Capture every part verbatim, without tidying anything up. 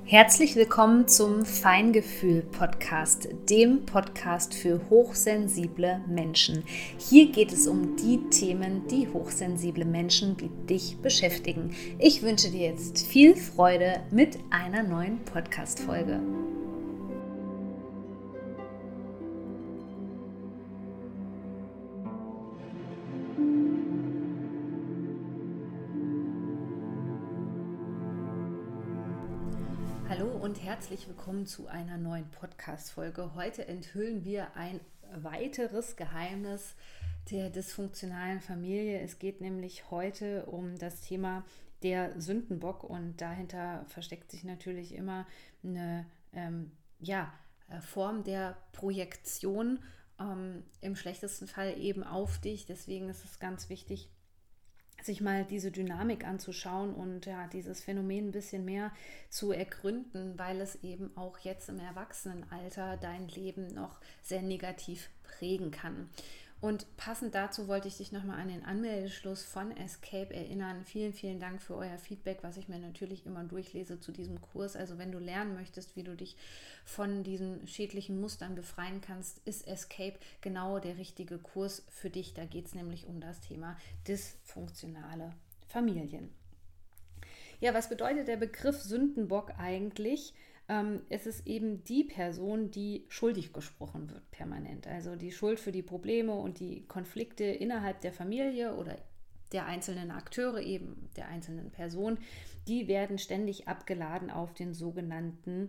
Herzlich willkommen zum Feingefühl-Podcast, dem Podcast für hochsensible Menschen. Hier geht es um die Themen, die hochsensible Menschen wie dich beschäftigen. Ich wünsche dir jetzt viel Freude mit einer neuen Podcast-Folge. Hallo und herzlich willkommen zu einer neuen Podcast-Folge. Heute enthüllen wir ein weiteres Geheimnis der dysfunktionalen Familie. Es geht nämlich heute um das Thema der Sündenbock und dahinter versteckt sich natürlich immer eine ähm, ja, Form der Projektion, ähm, im schlechtesten Fall eben auf dich. Deswegen ist es ganz wichtig, sich mal diese Dynamik anzuschauen und ja, dieses Phänomen ein bisschen mehr zu ergründen, weil es eben auch jetzt im Erwachsenenalter dein Leben noch sehr negativ prägen kann. Und passend dazu wollte ich dich nochmal an den Anmeldeschluss von Escape erinnern. Vielen, vielen Dank für euer Feedback, was ich mir natürlich immer durchlese zu diesem Kurs. Also wenn du lernen möchtest, wie du dich von diesen schädlichen Mustern befreien kannst, ist Escape genau der richtige Kurs für dich. Da geht es nämlich um das Thema dysfunktionale Familien. Ja, was bedeutet der Begriff Sündenbock eigentlich? Ähm, es ist eben die Person, die schuldig gesprochen wird permanent. Also die Schuld für die Probleme und die Konflikte innerhalb der Familie oder der einzelnen Akteure, eben der einzelnen Person, die werden ständig abgeladen auf den sogenannten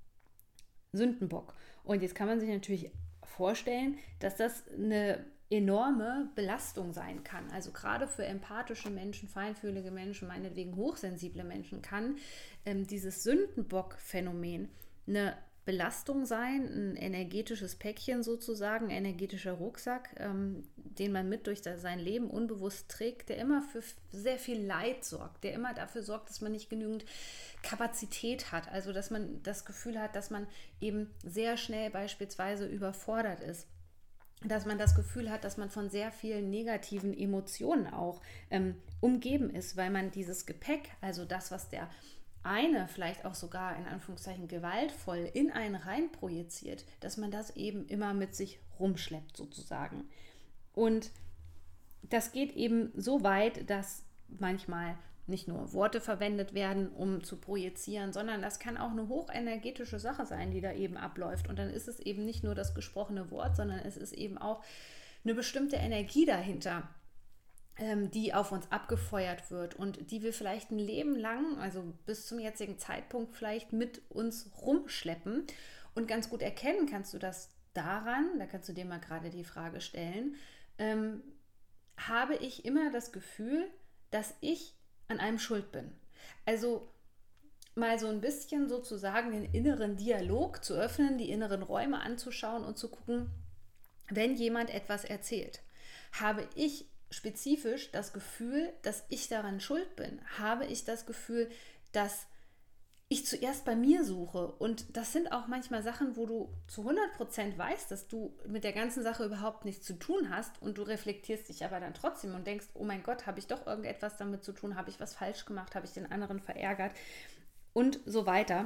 Sündenbock. Und jetzt kann man sich natürlich vorstellen, dass das eine enorme Belastung sein kann. Also gerade für empathische Menschen, feinfühlige Menschen, meinetwegen hochsensible Menschen kann ähm, dieses Sündenbock-Phänomen eine Belastung sein, ein energetisches Päckchen sozusagen, ein energetischer Rucksack, ähm, den man mit durch das, sein Leben unbewusst trägt, der immer für sehr viel Leid sorgt, der immer dafür sorgt, dass man nicht genügend Kapazität hat, also dass man das Gefühl hat, dass man eben sehr schnell beispielsweise überfordert ist, dass man das Gefühl hat, dass man von sehr vielen negativen Emotionen auch ähm, umgeben ist, weil man dieses Gepäck, also das, was der eine vielleicht auch sogar in Anführungszeichen gewaltvoll in einen rein projiziert, dass man das eben immer mit sich rumschleppt sozusagen. Und das geht eben so weit, dass manchmal nicht nur Worte verwendet werden, um zu projizieren, sondern das kann auch eine hochenergetische Sache sein, die da eben abläuft. Und dann ist es eben nicht nur das gesprochene Wort, sondern es ist eben auch eine bestimmte Energie dahinter, ähm, die auf uns abgefeuert wird und die wir vielleicht ein Leben lang, also bis zum jetzigen Zeitpunkt vielleicht mit uns rumschleppen. Und ganz gut erkennen kannst du das daran, da kannst du dir mal gerade die Frage stellen, ähm, habe ich immer das Gefühl, dass ich an einem schuld bin. Also mal so ein bisschen sozusagen den inneren Dialog zu öffnen, die inneren Räume anzuschauen und zu gucken, wenn jemand etwas erzählt, habe ich spezifisch das Gefühl, dass ich daran schuld bin? Habe ich das Gefühl, dass ich zuerst bei mir suche? Und das sind auch manchmal Sachen, wo du zu hundert Prozent weißt, dass du mit der ganzen Sache überhaupt nichts zu tun hast und du reflektierst dich aber dann trotzdem und denkst, oh mein Gott, habe ich doch irgendetwas damit zu tun? Habe ich was falsch gemacht? Habe ich den anderen verärgert? Und so weiter.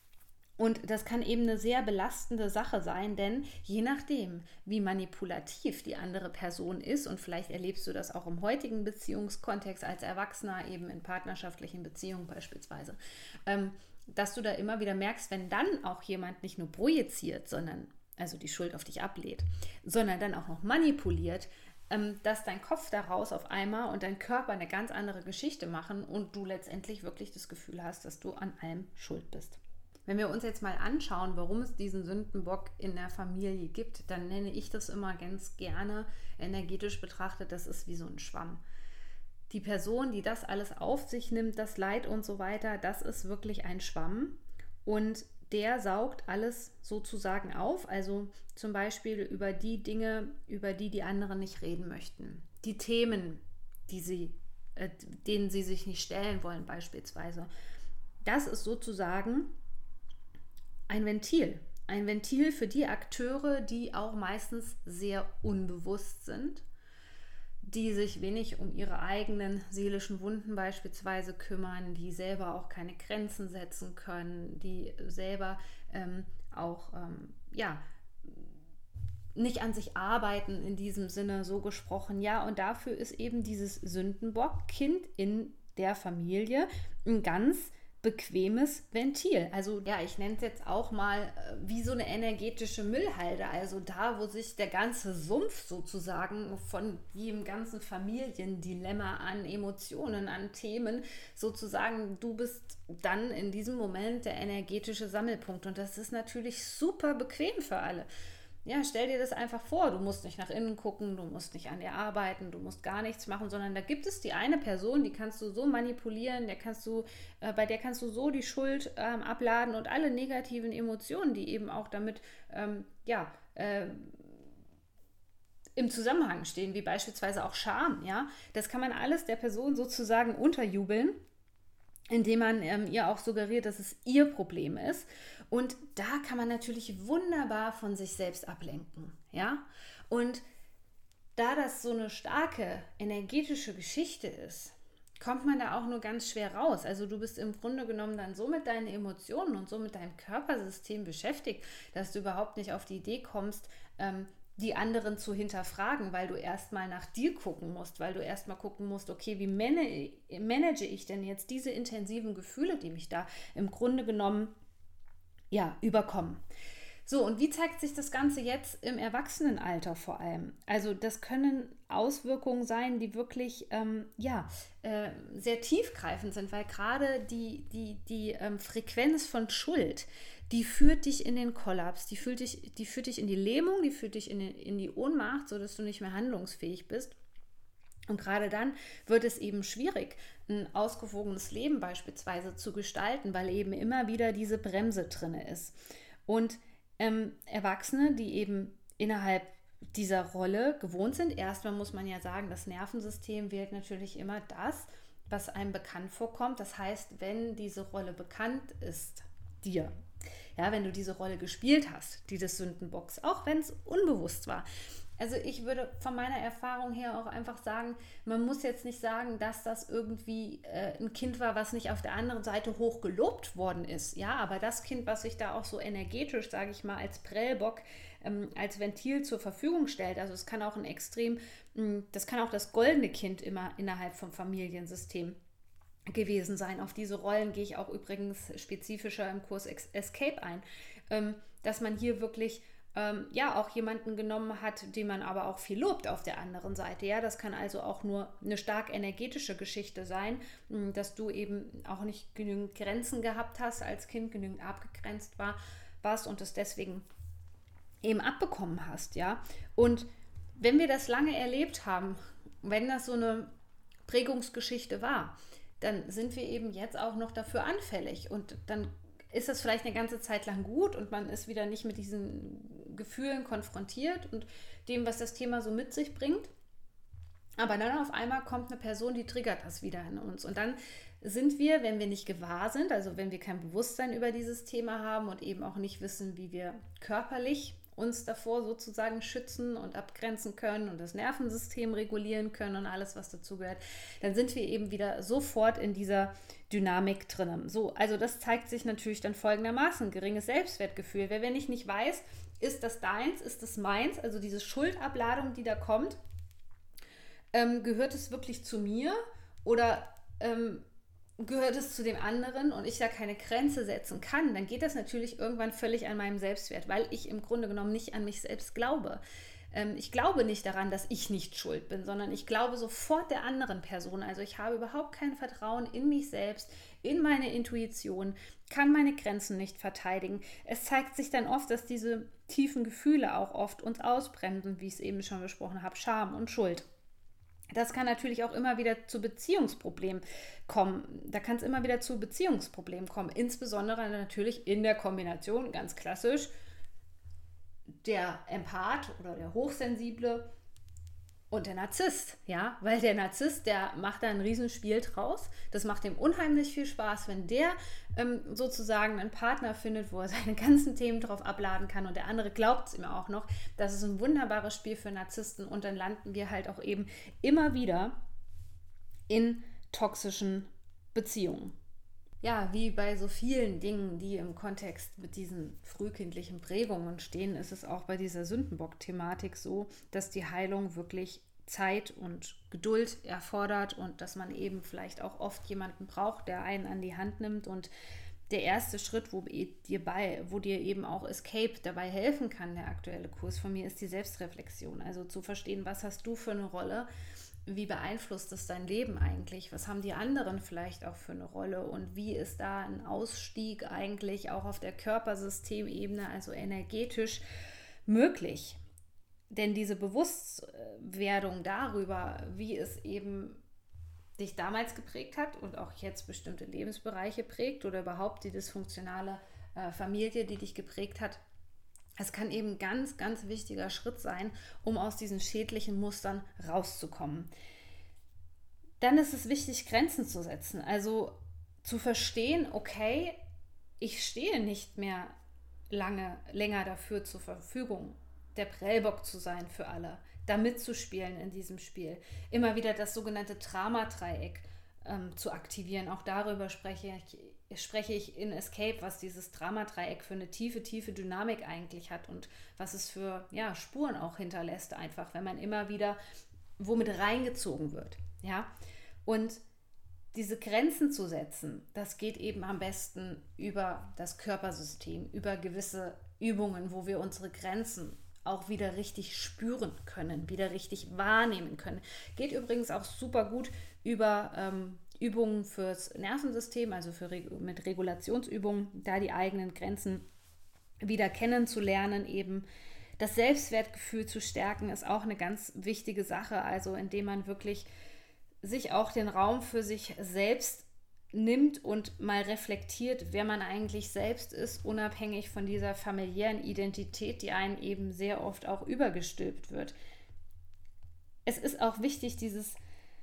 Und das kann eben eine sehr belastende Sache sein, denn je nachdem, wie manipulativ die andere Person ist, und vielleicht erlebst du das auch im heutigen Beziehungskontext als Erwachsener, eben in partnerschaftlichen Beziehungen beispielsweise, ähm, dass du da immer wieder merkst, wenn dann auch jemand nicht nur projiziert, sondern also die Schuld auf dich ablädt, sondern dann auch noch manipuliert, ähm, dass dein Kopf daraus auf einmal und dein Körper eine ganz andere Geschichte machen und du letztendlich wirklich das Gefühl hast, dass du an allem schuld bist. Wenn wir uns jetzt mal anschauen, warum es diesen Sündenbock in der Familie gibt, dann nenne ich das immer ganz gerne energetisch betrachtet, das ist wie so ein Schwamm. Die Person, die das alles auf sich nimmt, das Leid und so weiter, das ist wirklich ein Schwamm und der saugt alles sozusagen auf, also zum Beispiel über die Dinge, über die die anderen nicht reden möchten, die Themen, die sie, äh, denen sie sich nicht stellen wollen beispielsweise. Das ist sozusagen ein Ventil, ein Ventil für die Akteure, die auch meistens sehr unbewusst sind, die sich wenig um ihre eigenen seelischen Wunden beispielsweise kümmern, die selber auch keine Grenzen setzen können, die selber ähm, auch ähm, ja, nicht an sich arbeiten in diesem Sinne, so gesprochen. Ja, und dafür ist eben dieses Sündenbock-Kind in der Familie ein ganz bequemes Ventil. Also ja, ich nenne es jetzt auch mal äh, wie so eine energetische Müllhalde. Also da, wo sich der ganze Sumpf sozusagen von dem ganzen Familiendilemma an Emotionen, an Themen sozusagen, du bist dann in diesem Moment der energetische Sammelpunkt. Und das ist natürlich super bequem für alle. Ja, stell dir das einfach vor, du musst nicht nach innen gucken, du musst nicht an dir arbeiten, du musst gar nichts machen, sondern da gibt es die eine Person, die kannst du so manipulieren, der kannst du, äh, bei der kannst du so die Schuld ähm, abladen und alle negativen Emotionen, die eben auch damit ähm, ja, äh, im Zusammenhang stehen, wie beispielsweise auch Scham, ja, das kann man alles der Person sozusagen unterjubeln, indem man ähm, ihr auch suggeriert, dass es ihr Problem ist. Und da kann man natürlich wunderbar von sich selbst ablenken. Ja? Und da das so eine starke energetische Geschichte ist, kommt man da auch nur ganz schwer raus. Also du bist im Grunde genommen dann so mit deinen Emotionen und so mit deinem Körpersystem beschäftigt, dass du überhaupt nicht auf die Idee kommst, ähm, die anderen zu hinterfragen, weil du erstmal nach dir gucken musst, weil du erstmal gucken musst, okay, wie manage ich denn jetzt diese intensiven Gefühle, die mich da im Grunde genommen ja, überkommen. So, und wie zeigt sich das Ganze jetzt im Erwachsenenalter vor allem? Also das können Auswirkungen sein, die wirklich ähm, ja, äh, sehr tiefgreifend sind, weil gerade die, die, die ähm, Frequenz von Schuld, die führt dich in den Kollaps, die führt dich, die führt dich in die Lähmung, die führt dich in, den, in die Ohnmacht, sodass du nicht mehr handlungsfähig bist. Und gerade dann wird es eben schwierig, ein ausgewogenes Leben beispielsweise zu gestalten, weil eben immer wieder diese Bremse drin ist. Und ähm, Erwachsene, die eben innerhalb dieser Rolle gewohnt sind, erstmal muss man ja sagen, das Nervensystem wählt natürlich immer das, was einem bekannt vorkommt. Das heißt, wenn diese Rolle bekannt ist, dir, ja, wenn du diese Rolle gespielt hast, die des Sündenbocks, auch wenn es unbewusst war. Also ich würde von meiner Erfahrung her auch einfach sagen, man muss jetzt nicht sagen, dass das irgendwie äh, ein Kind war, was nicht auf der anderen Seite hoch gelobt worden ist. Ja, aber das Kind, was sich da auch so energetisch, sage ich mal, als Prellbock, ähm, als Ventil zur Verfügung stellt. Also es kann auch ein extrem, mh, das kann auch das goldene Kind immer innerhalb vom Familiensystem gewesen sein. Auf diese Rollen gehe ich auch übrigens spezifischer im Kurs Escape ein, ähm, dass man hier wirklich Ähm, ja, auch jemanden genommen hat, den man aber auch viel lobt auf der anderen Seite. Ja, das kann also auch nur eine stark energetische Geschichte sein, dass du eben auch nicht genügend Grenzen gehabt hast, als Kind genügend abgegrenzt war, warst und es deswegen eben abbekommen hast, ja. Und wenn wir das lange erlebt haben, wenn das so eine Prägungsgeschichte war, dann sind wir eben jetzt auch noch dafür anfällig und dann ist das vielleicht eine ganze Zeit lang gut und man ist wieder nicht mit diesen Gefühlen konfrontiert und dem, was das Thema so mit sich bringt. Aber dann auf einmal kommt eine Person, die triggert das wieder in uns. Und dann sind wir, wenn wir nicht gewahr sind, also wenn wir kein Bewusstsein über dieses Thema haben und eben auch nicht wissen, wie wir körperlich uns davor sozusagen schützen und abgrenzen können und das Nervensystem regulieren können und alles, was dazu gehört, dann sind wir eben wieder sofort in dieser Dynamik drinnen. So, also das zeigt sich natürlich dann folgendermaßen: geringes Selbstwertgefühl. Wer, wenn ich nicht weiß, ist das deins, ist das meins, also diese Schuldabladung, die da kommt, ähm, gehört es wirklich zu mir oder ähm, gehört es zu dem anderen und ich da keine Grenze setzen kann, dann geht das natürlich irgendwann völlig an meinem Selbstwert, weil ich im Grunde genommen nicht an mich selbst glaube. Ähm, ich glaube nicht daran, dass ich nicht schuld bin, sondern ich glaube sofort der anderen Person. Also ich habe überhaupt kein Vertrauen in mich selbst, in meine Intuition, kann meine Grenzen nicht verteidigen. Es zeigt sich dann oft, dass diese tiefen Gefühle auch oft uns ausbremsen, wie ich es eben schon besprochen habe, Scham und Schuld. Das kann natürlich auch immer wieder zu Beziehungsproblemen kommen. Da kann es immer wieder zu Beziehungsproblemen kommen. Insbesondere natürlich in der Kombination, ganz klassisch, der Empath oder der Hochsensible Und der Narzisst, ja, weil der Narzisst, der macht da ein Riesenspiel draus. Das macht ihm unheimlich viel Spaß, wenn der ähm, sozusagen einen Partner findet, wo er seine ganzen Themen drauf abladen kann und der andere glaubt es ihm auch noch. Das ist ein wunderbares Spiel für Narzissten und dann landen wir halt auch eben immer wieder in toxischen Beziehungen. Ja, wie bei so vielen Dingen, die im Kontext mit diesen frühkindlichen Prägungen stehen, ist es auch bei dieser Sündenbock-Thematik so, dass die Heilung wirklich Zeit und Geduld erfordert und dass man eben vielleicht auch oft jemanden braucht, der einen an die Hand nimmt. Und der erste Schritt, wo dir, bei, wo dir eben auch Escape dabei helfen kann, der aktuelle Kurs von mir, ist die Selbstreflexion. Also zu verstehen, was hast du für eine Rolle? Wie beeinflusst es dein Leben eigentlich? Was haben die anderen vielleicht auch für eine Rolle? Und wie ist da ein Ausstieg eigentlich auch auf der Körpersystemebene, also energetisch, möglich? Denn diese Bewusstwerdung darüber, wie es eben dich damals geprägt hat und auch jetzt bestimmte Lebensbereiche prägt oder überhaupt die dysfunktionale äh, Familie, die dich geprägt hat, es kann eben ein ganz, ganz wichtiger Schritt sein, um aus diesen schädlichen Mustern rauszukommen. Dann ist es wichtig, Grenzen zu setzen. Also zu verstehen, okay, ich stehe nicht mehr lange, länger dafür zur Verfügung, der Prellbock zu sein für alle, da mitzuspielen in diesem Spiel. Immer wieder das sogenannte Drama-Dreieck ähm, zu aktivieren. Auch darüber spreche ich spreche ich in Escape, was dieses Dramadreieck für eine tiefe, tiefe Dynamik eigentlich hat und was es für ja, Spuren auch hinterlässt, einfach, wenn man immer wieder womit reingezogen wird. Ja? Und diese Grenzen zu setzen, das geht eben am besten über das Körpersystem, über gewisse Übungen, wo wir unsere Grenzen auch wieder richtig spüren können, wieder richtig wahrnehmen können. Geht übrigens auch super gut über ähm, Übungen fürs Nervensystem, also für, mit Regulationsübungen, da die eigenen Grenzen wieder kennenzulernen, eben das Selbstwertgefühl zu stärken, ist auch eine ganz wichtige Sache, also indem man wirklich sich auch den Raum für sich selbst nimmt und mal reflektiert, wer man eigentlich selbst ist, unabhängig von dieser familiären Identität, die einem eben sehr oft auch übergestülpt wird. Es ist auch wichtig, dieses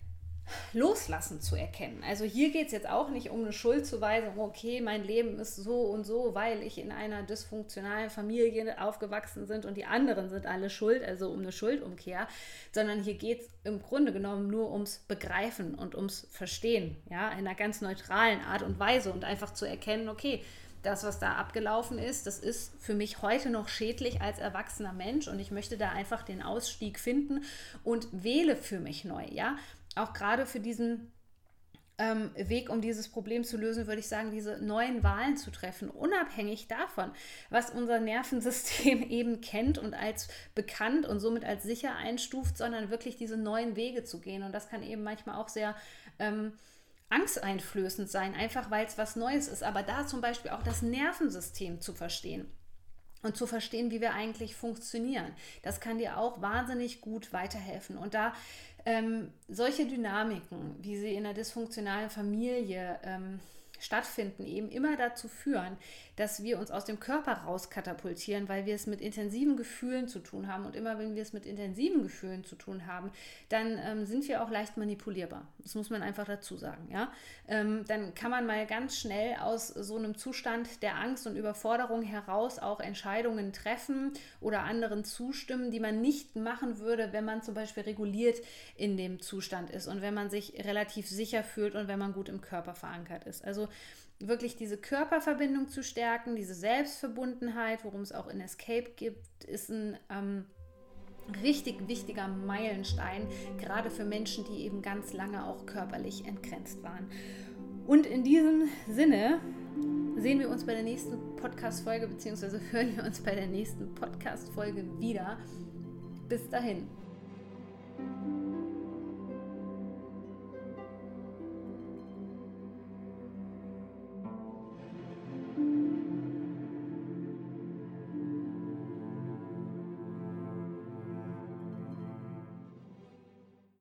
Loslassen zu erkennen. Also hier geht es jetzt auch nicht um eine Schuldzuweisung, okay, mein Leben ist so und so, weil ich in einer dysfunktionalen Familie aufgewachsen bin und die anderen sind alle schuld, also um eine Schuldumkehr, sondern hier geht es im Grunde genommen nur ums Begreifen und ums Verstehen, ja, in einer ganz neutralen Art und Weise und einfach zu erkennen, okay, das, was da abgelaufen ist, das ist für mich heute noch schädlich als erwachsener Mensch und ich möchte da einfach den Ausstieg finden und wähle für mich neu, ja. Auch gerade für diesen ähm, Weg, um dieses Problem zu lösen, würde ich sagen, diese neuen Wahlen zu treffen, unabhängig davon, was unser Nervensystem eben kennt und als bekannt und somit als sicher einstuft, sondern wirklich diese neuen Wege zu gehen. Und das kann eben manchmal auch sehr ähm, angsteinflößend sein, einfach weil es was Neues ist. Aber da zum Beispiel auch das Nervensystem zu verstehen. Und zu verstehen, wie wir eigentlich funktionieren. Das kann dir auch wahnsinnig gut weiterhelfen. Und da ähm, solche Dynamiken, wie sie in einer dysfunktionalen Familie ähm, stattfinden, eben immer dazu führen, dass wir uns aus dem Körper rauskatapultieren, weil wir es mit intensiven Gefühlen zu tun haben. Und immer wenn wir es mit intensiven Gefühlen zu tun haben, dann ähm, sind wir auch leicht manipulierbar. Das muss man einfach dazu sagen. Ja? Ähm, dann kann man mal ganz schnell aus so einem Zustand der Angst und Überforderung heraus auch Entscheidungen treffen oder anderen zustimmen, die man nicht machen würde, wenn man zum Beispiel reguliert in dem Zustand ist und wenn man sich relativ sicher fühlt und wenn man gut im Körper verankert ist. Also wirklich diese Körperverbindung zu stärken, diese Selbstverbundenheit, worum es auch in Escape gibt, ist ein ähm, richtig wichtiger Meilenstein, gerade für Menschen, die eben ganz lange auch körperlich entgrenzt waren. Und in diesem Sinne sehen wir uns bei der nächsten Podcast-Folge, beziehungsweise hören wir uns bei der nächsten Podcast-Folge wieder. Bis dahin.